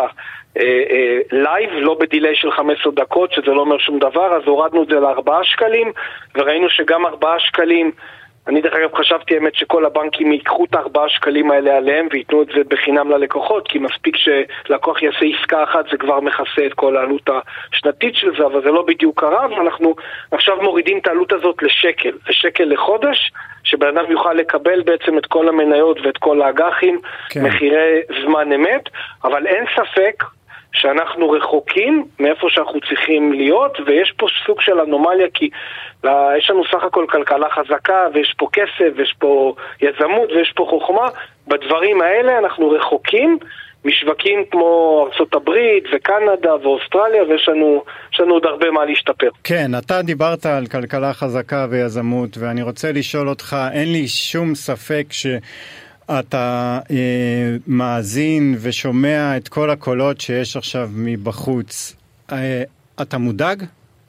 A: לייב, אה, אה, לא בדילי של חמש עשרה דקות, שזה לא אומר שום דבר, אז הורדנו את זה ל-ארבעה שקלים, וראינו שגם ארבעה שקלים אני דרך אגב חשבתי האמת שכל הבנקים ייקחו את הארבעה שקלים האלה עליהם ויתנו את זה בחינם ללקוחות, כי מספיק שלקוח יעשה עסקה אחת זה כבר מכסה את כל העלות השנתית של זה, אבל זה לא בדיוק קרה, ואנחנו עכשיו מורידים את העלות הזאת לשקל, לשקל לחודש, שבן אדם יוכל לקבל בעצם את כל המניות ואת כל האג"חים, כן. מחירי זמן אמת, אבל אין ספק שאנחנו רחוקים מאיפה שאנחנו צריכים להיות, ויש פה סוג של אנומליה, כי לה, יש לנו סך הכל כלכלה חזקה, ויש פה כסף, ויש פה יזמות, ויש פה חוכמה. בדברים האלה אנחנו רחוקים משווקים כמו ארצות הברית וקנדה ואוסטרליה, ויש לנו, יש לנו עוד הרבה מה להשתפר.
B: כן, אתה דיברת על כלכלה חזקה ויזמות, ואני רוצה לשאול אותך, אין לי שום ספק ש... אתה אה, מאזין ושומע את כל הקולות שיש עכשיו מבחוץ. אה, אתה מודאג?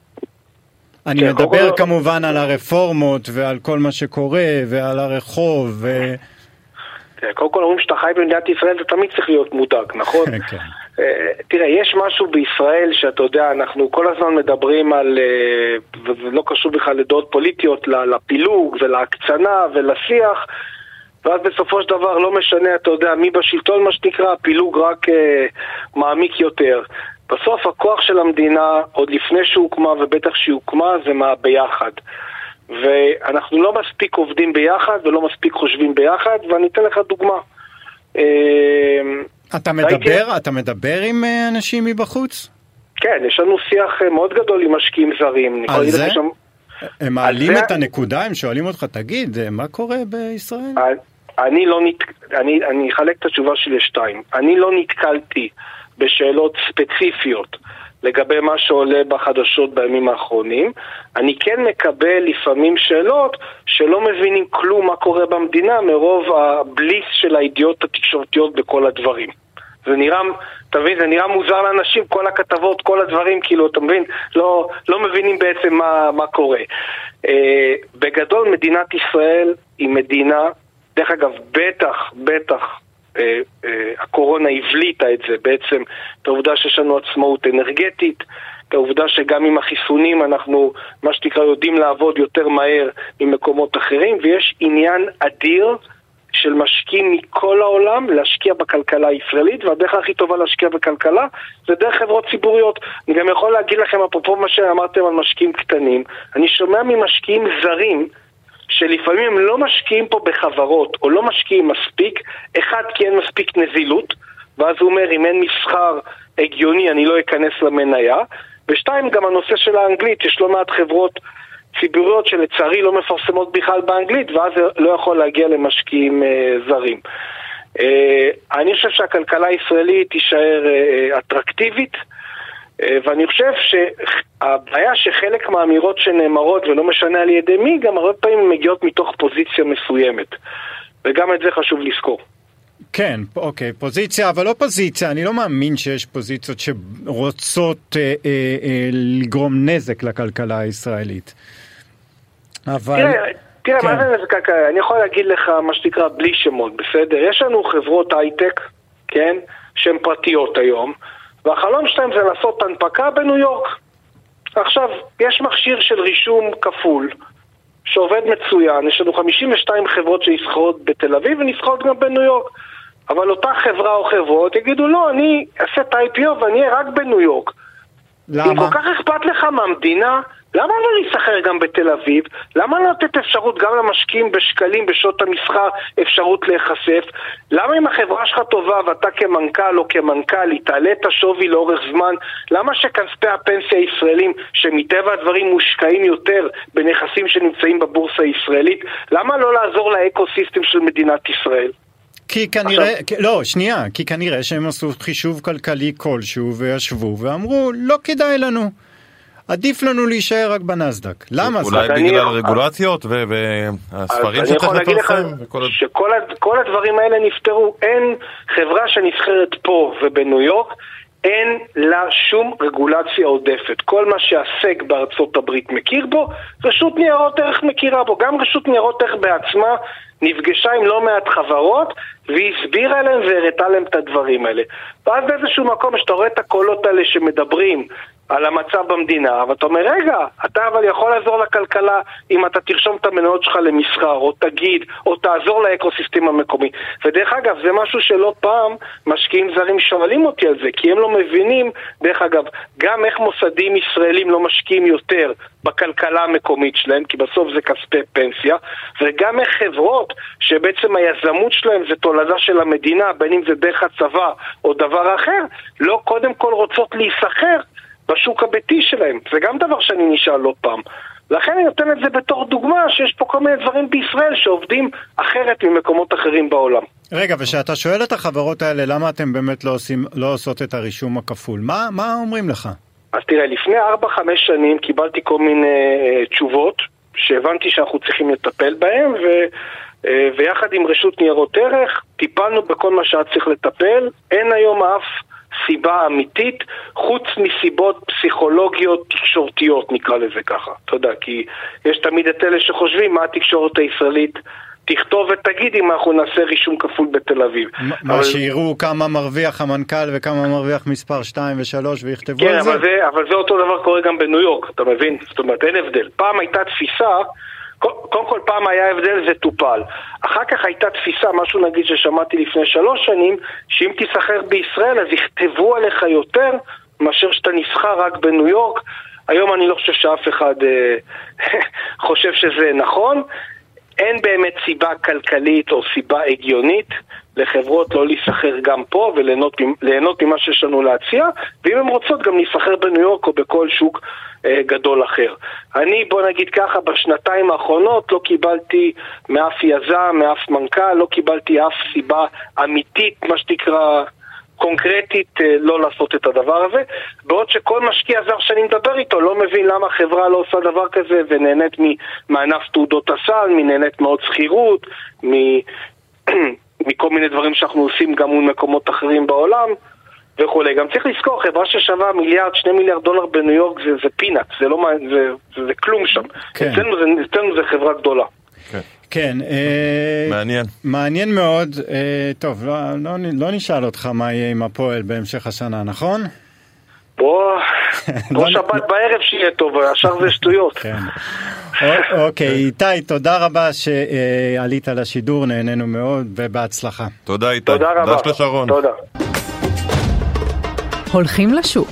B: אני כן, מדבר כל... כמובן על הרפורמות ועל כל מה שקורה ועל הרחוב. ו...
A: כן, קודם כל אומרים שאתה חי במדינת ישראל, אתה תמיד צריך להיות מודאג, נכון?
B: כן.
A: אה, תראה, יש משהו בישראל שאתה יודע, אנחנו כל הזמן מדברים על, אה, וזה לא קשור בכלל לדעות פוליטיות, לפילוג ולהקצנה ולשיח, ואז בסופו של דבר לא משנה, אתה יודע, מי בשלטון מה שנקרא, הפילוג רק אה, מעמיק יותר. בסוף הכוח של המדינה, עוד לפני שהוקמה ובטח שהוקמה, זה מה ביחד. ואנחנו לא מספיק עובדים ביחד ולא מספיק חושבים ביחד, ואני אתן לך דוגמה. אה,
B: אתה מדבר, הייתי... אתה מדבר עם אנשים מבחוץ?
A: כן, יש לנו שיח מאוד גדול עם משקיעים זרים.
B: על זה? שם... הם מעלים את הנקודה, הם שואלים אותך, תגיד, מה קורה בישראל?
A: אני לא נת... אני, אני אחלק את התשובה שלי לשתיים. אני לא נתקלתי בשאלות ספציפיות לגבי מה שעולה בחדשות בימים האחרונים. אני כן מקבל לפעמים שאלות שלא מבינים כלום מה קורה במדינה מרוב הבליס של הידיעות התקשורתיות בכל הדברים. זה נראה, אתה מבין, זה נראה מוזר לאנשים, כל הכתבות, כל הדברים, כאילו, אתה מבין, לא, לא מבינים בעצם מה, מה קורה. אה, בגדול, מדינת ישראל היא מדינה, דרך אגב, בטח, בטח, אה, אה, הקורונה הבליטה את זה, בעצם, את העובדה שיש לנו עצמאות אנרגטית, את העובדה שגם עם החיסונים אנחנו, מה שתקרא, יודעים לעבוד יותר מהר ממקומות אחרים, ויש עניין אדיר, של משקיעים מכל העולם להשקיע בכלכלה הישראלית, והדרך הכי טובה להשקיע בכלכלה זה דרך חברות ציבוריות. אני גם יכול להגיד לכם, אפרופו מה שאמרתם על משקיעים קטנים, אני שומע ממשקיעים זרים שלפעמים הם לא משקיעים פה בחברות או לא משקיעים מספיק, אחד כי אין מספיק נזילות, ואז הוא אומר אם אין מסחר הגיוני אני לא אכנס למניה, ושתיים גם הנושא של האנגלית, יש לא מעט חברות ציבוריות שלצערי לא מפרסמות בכלל באנגלית, ואז לא יכול להגיע למשקיעים אה, זרים. אה, אני חושב שהכלכלה הישראלית תישאר אה, אטרקטיבית, אה, ואני חושב שהבעיה שחלק מהאמירות שנאמרות, ולא משנה על ידי מי, גם הרבה פעמים מגיעות מתוך פוזיציה מסוימת. וגם את זה חשוב לזכור.
B: כן, אוקיי, פוזיציה, אבל לא פוזיציה, אני לא מאמין שיש פוזיציות שרוצות אה, אה, אה, לגרום נזק לכלכלה הישראלית. אבל... תראה,
A: תראה, כן. מה זה נזק כלכלה? אני יכול להגיד לך מה שתקרא בלי שמות, בסדר? יש לנו חברות הייטק, כן, שהן פרטיות היום, והחלום שלהם זה לעשות הנפקה בניו יורק. עכשיו, יש מכשיר של רישום כפול, שעובד מצוין, יש לנו חמישים ושתיים חברות שנסחרות בתל אביב ונסחרות גם בניו יורק. אבל אותה חברה או חברות יגידו, לא, אני אעשה את ה-איי פי או ואני אהיה רק בניו יורק. למה? אם כל כך אכפת לך מהמדינה, למה לא להיסחר גם בתל אביב? למה לא לתת אפשרות גם למשקיעים בשקלים בשעות המסחר אפשרות להיחשף? למה אם החברה שלך טובה ואתה כמנכ"ל או כמנכ"ל תעלה את השווי לאורך זמן, למה שכספי הפנסיה הישראלים שמטבע הדברים מושקעים יותר בנכסים שנמצאים בבורסה הישראלית, למה לא לעזור לאקוסיסטם של מדינת ישראל?
B: כי כנראה, עכשיו... לא, שנייה, כי כנראה שהם עשו חישוב כלכלי כלשהו וישבו ואמרו, לא כדאי לנו. עדיף לנו להישאר רק בנסדק. למה זה?
C: אולי בגלל הרגולציות והספרים
A: שצריך לפרסם? אני יכול להגיד לך שכל הדברים האלה נפתרו. אין חברה שנסחרת פה ובניו יורק, אין לה שום רגולציה עודפת. כל מה שהסג בארצות הברית מכיר בו, רשות ניירות ערך מכירה בו. גם רשות ניירות ערך בעצמה נפגשה עם לא מעט חברות, והיא הסבירה להם והראתה להם את הדברים האלה. ואז באיזשהו מקום שאתה רואה את הקולות האלה שמדברים, על המצב במדינה, אבל אתה אומר, רגע, אתה אבל יכול לעזור לכלכלה אם אתה תרשום את המניות שלך למסחר, או תגיד, או תעזור לאקוסיסטם המקומי. ודרך אגב, זה משהו שלא פעם משקיעים זרים שואלים אותי על זה, כי הם לא מבינים, דרך אגב, גם איך מוסדים ישראלים לא משקיעים יותר בכלכלה המקומית שלהם, כי בסוף זה כספי פנסיה, וגם איך חברות שבעצם היזמות שלהם זה תולדה של המדינה, בין אם זה דרך הצבא או דבר אחר, לא קודם כל רוצות להיסחר בשוק הביתי שלהם. זה גם דבר שאני נשאל לא פעם. לכן אני נותן את זה בתור דוגמה שיש פה כל מיני דברים בישראל שעובדים אחרת ממקומות אחרים בעולם.
B: רגע, ושאתה שואל את החברות האלה, למה אתם באמת לא עושים, לא עושות את הרישום הכפול? מה, מה אומרים לך?
A: אז תראה, לפני ארבע חמש שנים קיבלתי כל מיני uh, תשובות שהבנתי שאנחנו צריכים לטפל בהם, ו, uh, ויחד עם רשות ניירות ערך טיפלנו בכל מה שהיה צריך לטפל. אין היום אף סיבה אמיתית, חוץ מסיבות פסיכולוגיות תקשורתיות, נקרא לזה ככה. אתה יודע, כי יש תמיד את אלה שחושבים מה התקשורת הישראלית תכתוב ותגיד אם אנחנו נעשה רישום כפול בתל אביב.
B: מה אבל... שיראו כמה מרוויח המנכ"ל וכמה מרוויח מספר שתיים ושלוש ויכתבו
A: כן,
B: על זה?
A: כן, אבל, אבל זה אותו דבר קורה גם בניו יורק, אתה מבין? זאת אומרת, אין הבדל. פעם הייתה תפיסה, קודם כל פעם היה הבדל זה טופל. אחר כך הייתה תפיסה, משהו נגיד ששמעתי לפני שלוש שנים, שאם תסחר בישראל אז יכתבו עליך יותר מאשר שאתה נסחר רק בניו יורק. היום אני לא חושב שאף אחד אה, חושב שזה נכון. אין באמת סיבה כלכלית או סיבה הגיונית לחברות לא להיסחר גם פה וליהנות ממה שיש לנו להציע, ואם הם רוצות גם להיסחר בניו יורק או בכל שוק אה, גדול אחר. אני, בוא נגיד ככה, בשנתיים האחרונות לא קיבלתי מאף יזם, מאף מנכ"ל, לא קיבלתי אף סיבה אמיתית, מה שתקרא קונקרטית, אה, לא לעשות את הדבר הזה, בעוד שכל משקיע זר שאני מדבר איתו לא מבין למה חברה לא עושה דבר כזה ונהנית מענף תעודות הסל, מנהנית מאוד שכירות, מ... מכל מיני דברים שאנחנו עושים גם מול מקומות אחרים בעולם וכו'. גם צריך לזכור, חברה ששווה מיליארד, שני מיליארד דולר בניו יורק זה, זה פינאט, זה לא, זה, זה, זה כלום שם. כן. אצלנו זה, אצלנו זה חברה גדולה.
C: כן.
B: כן, אה, מעניין. מעניין מאוד. אה, טוב, לא, לא, לא נשאל אותך מה יהיה עם הפועל בהמשך השנה, נכון?
A: בוא, בוא שבת בערב שיהיה טוב, השאר זה שטויות.
B: כן. אוקיי, איתי, תודה רבה שעלית לשידור, נהנינו מאוד ובהצלחה.
C: תודה איתי.
A: תודה רבה.
C: דש לשרון.
A: תודה.
D: הולכים לשוק.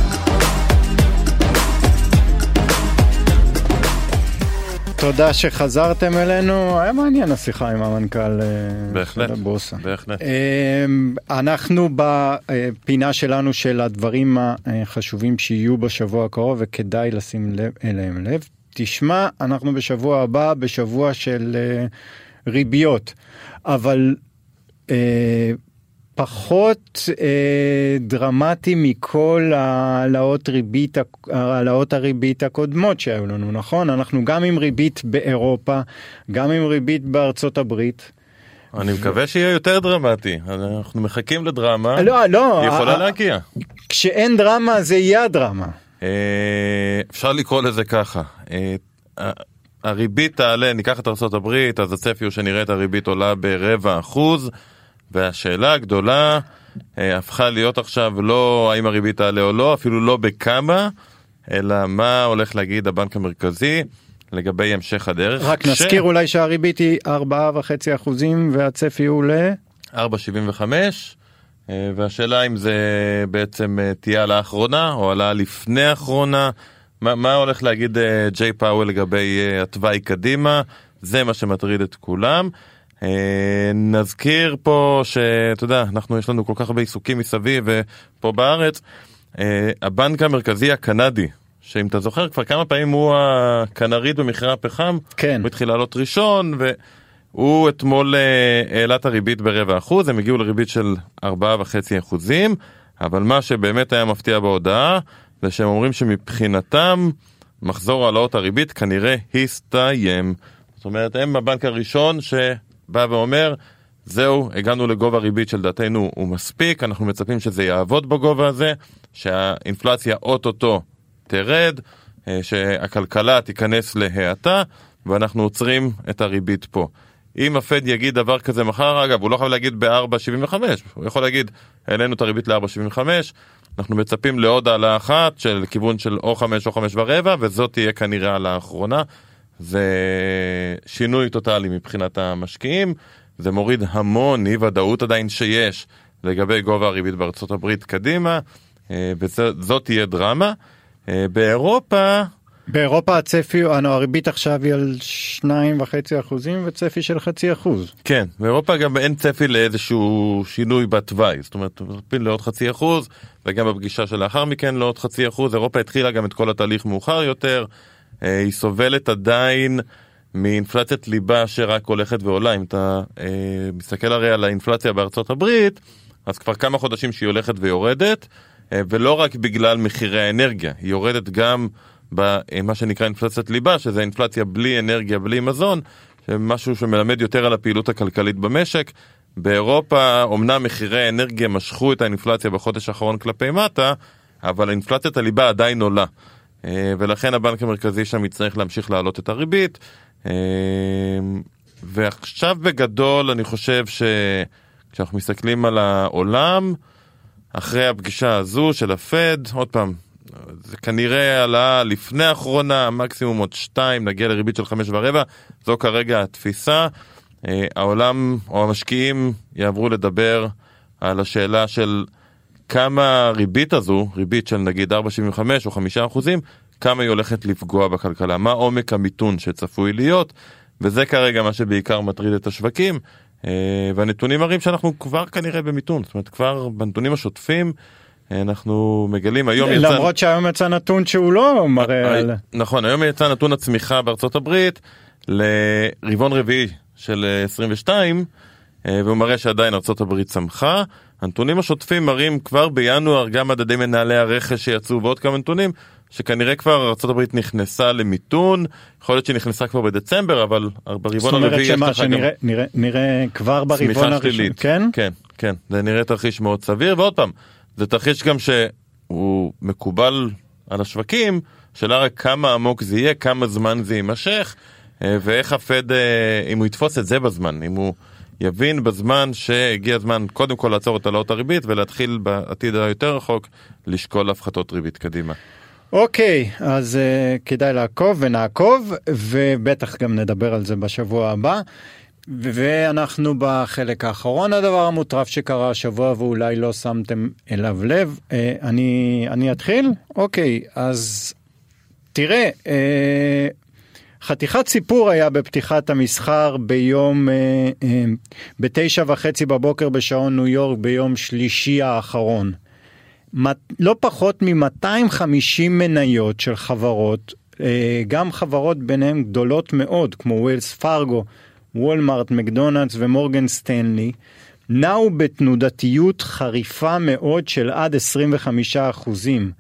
B: תודה שחזרתם אלינו, היה מעניין השיחה עם המנכ"ל של הבורסה.
C: בהחלט.
B: אנחנו בפינה שלנו של הדברים החשובים שיהיו בשבוע הקרוב וכדאי לשים אליהם לב. תשמע, אנחנו בשבוע הבא, בשבוע של ריביות, אבל פחות אה, דרמטי מכל העלאות ריבית, העלאות הריבית הקודמות שהיו לנו, נכון? אנחנו גם עם ריבית באירופה, גם עם ריבית בארצות הברית.
C: אני מקווה שיהיה יותר דרמטי, אנחנו מחכים לדרמה,
B: לא, לא,
C: יכולה להגיע.
B: כשאין דרמה זה יהיה הדרמה.
C: אפשר לקרוא לזה ככה, הריבית תעלה, ניקח את ארצות הברית, אז הצפי הוא שנראה את הריבית עולה ברבע אחוז, והשאלה הגדולה אה, הפכה להיות עכשיו לא האם הריבית תעלה או לא, אפילו לא בכמה, אלא מה הולך להגיד הבנק המרכזי לגבי המשך הדרך.
B: רק נזכיר ש... אולי שהריבית היא ארבעה וחצי אחוזים והצפי הוא ל...
C: ארבע שבעים וחמש, אה, והשאלה אם זה בעצם אה, תהיה עלה האחרונה או עלה לפני האחרונה, מה, מה הולך להגיד אה, ג'יי פאוול לגבי אה, התוואי קדימה, זה מה שמטריד את כולם. נזכיר פה שאתה יודע, אנחנו יש לנו כל כך הרבה עיסוקים מסביב ופה בארץ, הבנק המרכזי הקנדי, שאם אתה זוכר כבר כמה פעמים הוא הקנרית במחירי הפחם,
B: כן.
C: הוא התחיל לעלות ראשון והוא אתמול העלה את הריבית ברבע אחוז, הם הגיעו לריבית של ארבעה וחצי אחוזים, אבל מה שבאמת היה מפתיע בהודעה זה שהם אומרים שמבחינתם מחזור העלאות הריבית כנראה הסתיים. זאת אומרת, הם הבנק הראשון ש... בא ואומר, זהו, הגענו לגובה ריבית של דעתנו, הוא מספיק, אנחנו מצפים שזה יעבוד בגובה הזה, שהאינפלציה אוטוטו תרד, שהכלכלה תיכנס להאטה, ואנחנו עוצרים את הריבית פה. אם הפד יגיד דבר כזה מחר, אגב, הוא לא חייב להגיד ב-ארבע שבעים וחמש, הוא יכול להגיד, העלינו את הריבית ל-ארבע שבעים וחמש, אנחנו מצפים לעוד העלה אחת של כיוון של או חמש או חמש ורבע, וזאת תהיה כנראה העלה האחרונה. זה שינוי טוטלי מבחינת המשקיעים, זה מוריד המון אי ודאות עדיין שיש לגבי גובה הריבית בארצות הברית קדימה, וזאת תהיה דרמה. באירופה...
B: באירופה הצפי, הריבית עכשיו היא על שניים וחצי אחוזים וצפי של חצי אחוז.
C: כן, באירופה גם אין צפי לאיזשהו שינוי בתוואי, זאת אומרת, מצפים לעוד חצי אחוז, וגם בפגישה שלאחר מכן לעוד חצי אחוז. אירופה התחילה גם את כל התהליך מאוחר יותר, היא סובלת עדיין מאינפלציית ליבה שרק הולכת ועולה. אם אתה מסתכל הרי על האינפלציה בארצות הברית, אז כבר כמה חודשים שהיא הולכת ויורדת, ולא רק בגלל מחירי האנרגיה, היא יורדת גם במה שנקרא אינפלציית ליבה, שזה אינפלציה בלי אנרגיה, בלי מזון, משהו שמלמד יותר על הפעילות הכלכלית במשק. באירופה, אומנם מחירי האנרגיה משכו את האינפלציה בחודש האחרון כלפי מטה, אבל אינפלציית הליבה עדיין עולה. ולכן הבנק המרכזי שם יצטרך להמשיך להעלות את הריבית. ועכשיו בגדול אני חושב שכשאנחנו מסתכלים על העולם, אחרי הפגישה הזו של הפד, עוד פעם, זה כנראה עלה לפני האחרונה, מקסימום עוד שתיים, נגיע לריבית של חמש ורבע, זו כרגע התפיסה. העולם או המשקיעים יעברו לדבר על השאלה של כמה הריבית הזו, ריבית של נגיד ארבע נקודה שבעים וחמש או חמישה אחוזים, כמה היא הולכת לפגוע בכלכלה, מה עומק המיתון שצפוי להיות, וזה כרגע מה שבעיקר מטריד את השווקים, והנתונים מראים שאנחנו כבר כנראה במיתון, זאת אומרת כבר בנתונים השוטפים, אנחנו מגלים היום יצא...
B: למרות שהיום יצא נתון שהוא לא מראה על...
C: נכון, היום יצא נתון הצמיחה בארצות הברית לרבעון רביעי של עשרים ושתיים, והוא מראה שעדיין ארצות הברית צמחה. הנתונים השוטפים מראים כבר בינואר גם מדדי מנהלי הרכש שיצאו ועוד כמה נתונים, שכנראה כבר ארצות הברית נכנסה למיתון, יכול להיות שנכנסה כבר בדצמבר, אבל ברבעון הרביעי יש לך גם...
B: נראה, נראה כבר ברבעון הראשון, כן?
C: כן, כן, זה נראה תרחיש מאוד סביר, ועוד פעם, זה תרחיש גם שהוא מקובל על השווקים, שאלה רק כמה עמוק זה יהיה, כמה זמן זה יימשך, ואיך הפד, אם הוא יתפוס את זה בזמן, אם הוא יבין בזמן שהגיע הזמן קודם כל לעצור את העלאות הריבית, ולהתחיל בעתיד היותר רחוק לשקול הפחתות ריבית קדימה.
B: אוקיי, אז uh, כדאי לעקוב ונעקוב, ובטח גם נדבר על זה בשבוע הבא. ואנחנו בחלק האחרון, הדבר המוטרף שקרה השבוע ואולי לא שמתם אליו לב. אה, אני, אני אתחיל? אוקיי, אז תראה, אה, חתיכת סיפור היה בפתיחת המסחר ביום, אה, אה, בתשע וחצי בבוקר בשעון ניו יורק ביום שלישי האחרון. לא פחות מ-מאתיים וחמישים מניות של חברות, אה, גם חברות ביניהן גדולות מאוד, כמו ווילס פארגו, וולמארט, מקדונלדס ומורגן סטנלי, נעו בתנודתיות חריפה מאוד של עד עשרים וחמישה אחוזים.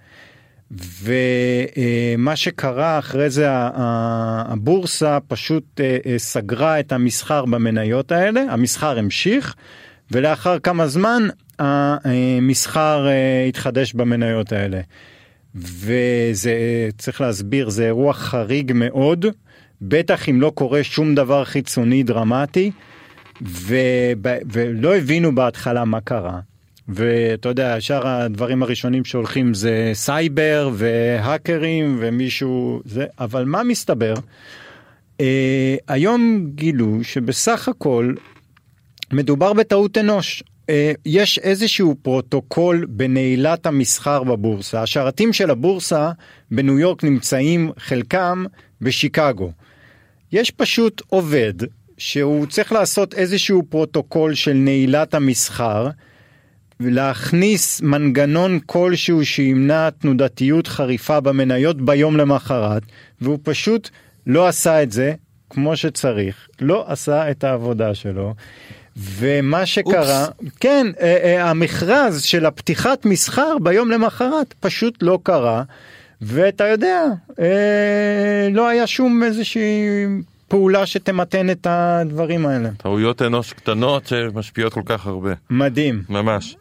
B: ומה שקרה אחרי זה, הבורסה פשוט סגרה את המסחר במניות האלה, המסחר המשיך, ולאחר כמה זמן המסחר התחדש במניות האלה. וזה, צריך להסביר, זה אירוע חריג מאוד, בטח אם לא קורה שום דבר חיצוני דרמטי, ו... ולא הבינו בהתחלה מה קרה. ואתה יודע, שאר הדברים הראשונים שהולכים זה סייבר והאקרים ומישהו, זה... אבל מה מסתבר? אה, היום גילו שבסך הכל מדובר בטעות אנוש. אה, יש איזשהו פרוטוקול בנעילת המסחר בבורסה. השרתים של הבורסה בניו יורק נמצאים חלקם בשיקגו. יש פשוט עובד שהוא צריך לעשות איזשהו פרוטוקול של נעילת המסחר, ולהכניס מנגנון כלשהו שימנע תנודתיות חריפה במניות ביום למחרת, והוא פשוט לא עשה את זה כמו שצריך, לא עשה את העבודה שלו, ומה שקרה, אופס. כן, המכרז של הפתיחת מסחר ביום למחרת פשוט לא קרה, ואתה יודע, לא היה שום איזושהי פעולה שתמתן את הדברים האלה.
C: טעויות אנוש קטנות שמשפיעות כל כך הרבה.
B: מדהים.
C: ממש.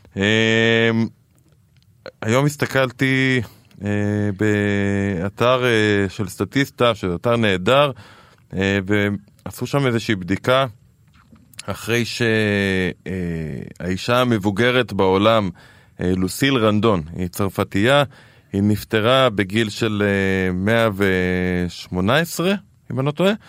C: היום הסתכלתי באתר של סטטיסטה, שזה אתר נהדר, ועשו שם איזושהי בדיקה, אחרי שהאישה המבוגרת בעולם לוסיל רנדון, היא צרפתייה, היא נפטרה בגיל של מאה ושמונה עשרה, אם אני לא טועה.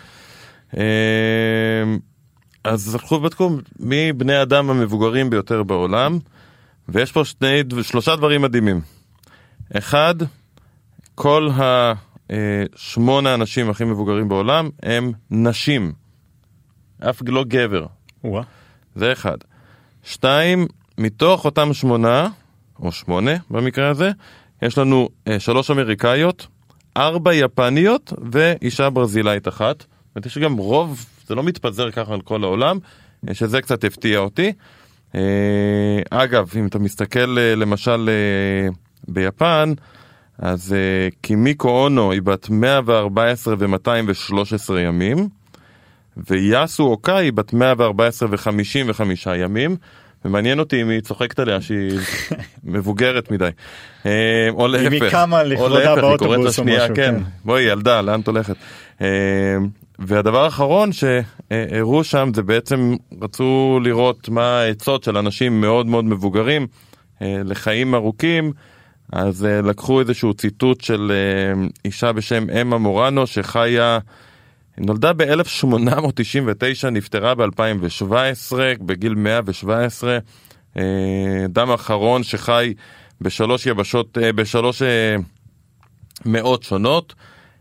C: אז הלכו ובדקו מי בני אדם המבוגרים ביותר בעולם, ויש פה שני, שלושה דברים מדהימים. אחד, כל השמונה האנשים הכי מבוגרים בעולם הם נשים, אף לא גבר.
B: וואה.
C: זה אחד. שתיים, מתוך אותם שמונה, או שמונה במקרה הזה, יש לנו אה, שלוש אמריקאיות, ארבע יפניות ואישה ברזילאית אחת. זאת יש גם רוב, זה לא מתפזר ככה על כל העולם, שזה קצת הפתיע אותי. אה, אגב, אם אתה מסתכל אה, למשל אה, ביפן, אז אה, קימיקו אונו היא בת מאה וארבע עשרה ו-מאתיים ושלוש עשרה ימים, ויאסו אוקאי היא בת מאה וארבע עשרה ו-חמישים וחמישה ימים, ומעניין אותי אם היא צוחקת עליה שהיא מבוגרת מדי. או להפך.
B: אם היא קמה לכבודה באוטובוס או משהו.
C: כן, בואי ילדה, לאן את הולכת? והדבר האחרון שהראו שם זה בעצם רצו לראות מה העצות של אנשים מאוד מאוד מבוגרים לחיים ארוכים, אז לקחו איזשהו ציטוט של אישה בשם אמה מורנו שחיה, נולדה ב-אלף שמונה מאות תשעים ותשע, נפטרה ב-אלפיים שבע עשרה, בגיל מאה ושבע עשרה, אדם האחרון שחי בשלוש יבשות, בשלוש מאות שונות,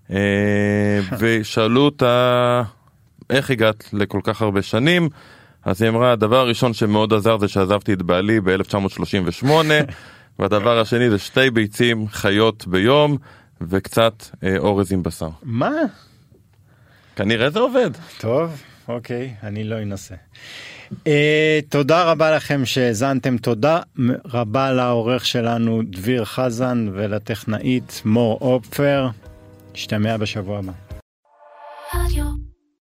C: ושאלו אותה איך הגעת לכל כך הרבה שנים, אז היא אמרה, הדבר הראשון שמאוד עזר זה שעזבתי את בעלי ב-אלף תשע מאות שלושים ושמונה, והדבר השני זה שתי ביצים חיות ביום, וקצת אורז עם בשר.
B: מה?
C: כנראה זה עובד.
B: טוב, אוקיי, אני לא אנסה. Uh, תודה רבה לכם שהזנתם, תודה רבה לעורך שלנו דביר חזן ולטכנאית מור אופפר. נשתמע בשבוע הבא.